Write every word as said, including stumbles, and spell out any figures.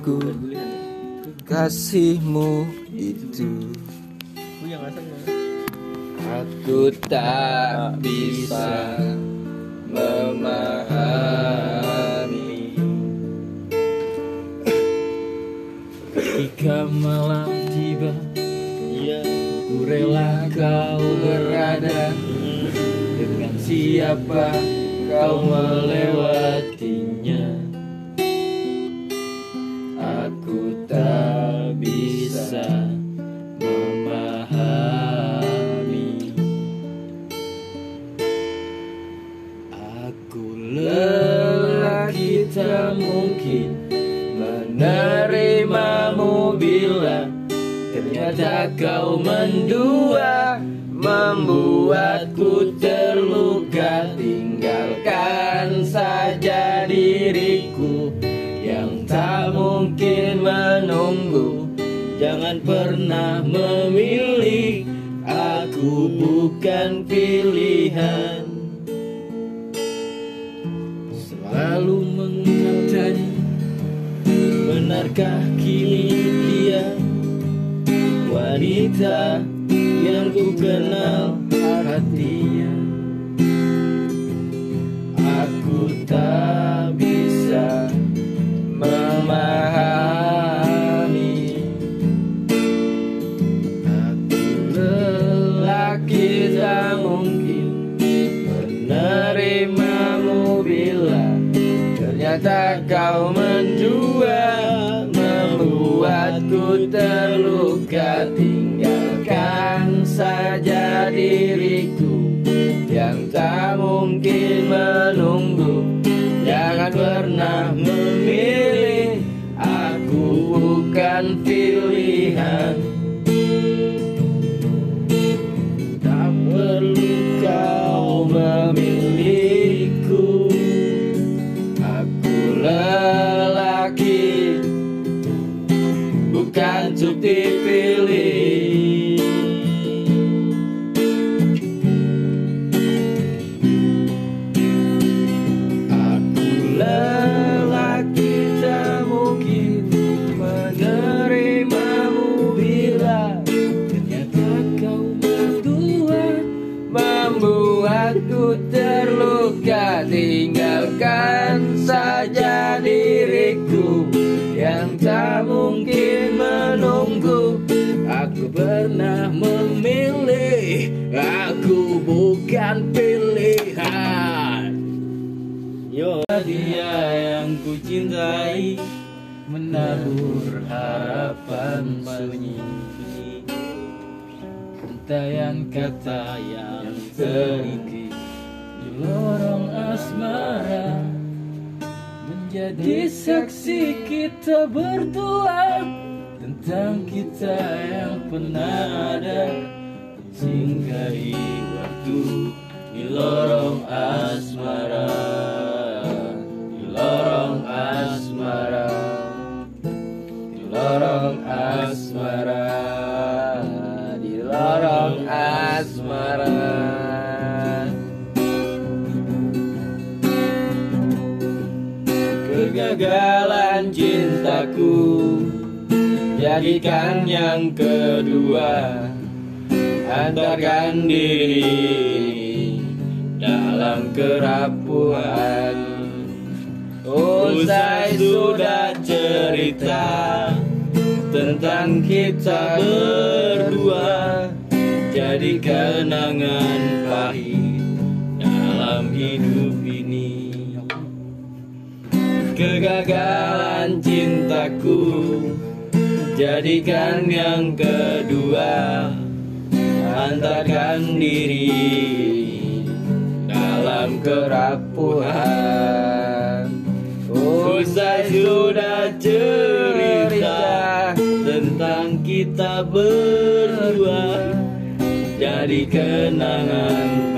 aku kekasihmu itu. Aku tak bisa memahami ketika malam tiba, ku rela kau berada. Dengan siapa kau melewatinya, aku tak bisa memahami. Aku lelaki tak mungkin menerimamu bila ternyata kau mendua, membuatku terluka. Tinggalkan saja diriku yang tak mungkin menunggu. Jangan pernah memilih, aku bukan pilihan. Selalu mengatakan, benarkah kini dia wanita yang ku kenal hatinya? Aku tak bisa memahami. Aku lelaki tak mungkin menerimamu bila ternyata kau mendua, membuatku terluka. Tinggalkan saja diriku yang tak mungkin menunggu. Jangan pernah memilih, aku bukan pilihan. Tak perlu kau memilihku, aku lelaki bukan untuk dipilih. Membuatku terluka. Tinggalkan saja diriku yang tak mungkin menunggu. Aku pernah memilih, aku bukan pilihan. Yo, dia yang ku cintai menabur harapan sunyi. Yang kata yang terikik di lorong asmara, menjadi saksi kita berdua tentang kita yang pernah ada. Singgahi waktu di lorong asmara, di lorong asmara, di lorong asmara, lorong asmara. Kegagalan cintaku jadikan yang kedua, antarkan diri dalam kerapuhan. Usai sudah cerita tentang kita berdua, jadi kenangan pahit dalam hidup ini. Kegagalan cintaku jadikan yang kedua, antarkan diri dalam kerapuhan. Usai sudah cerita tentang kita berdua, jadi kenangan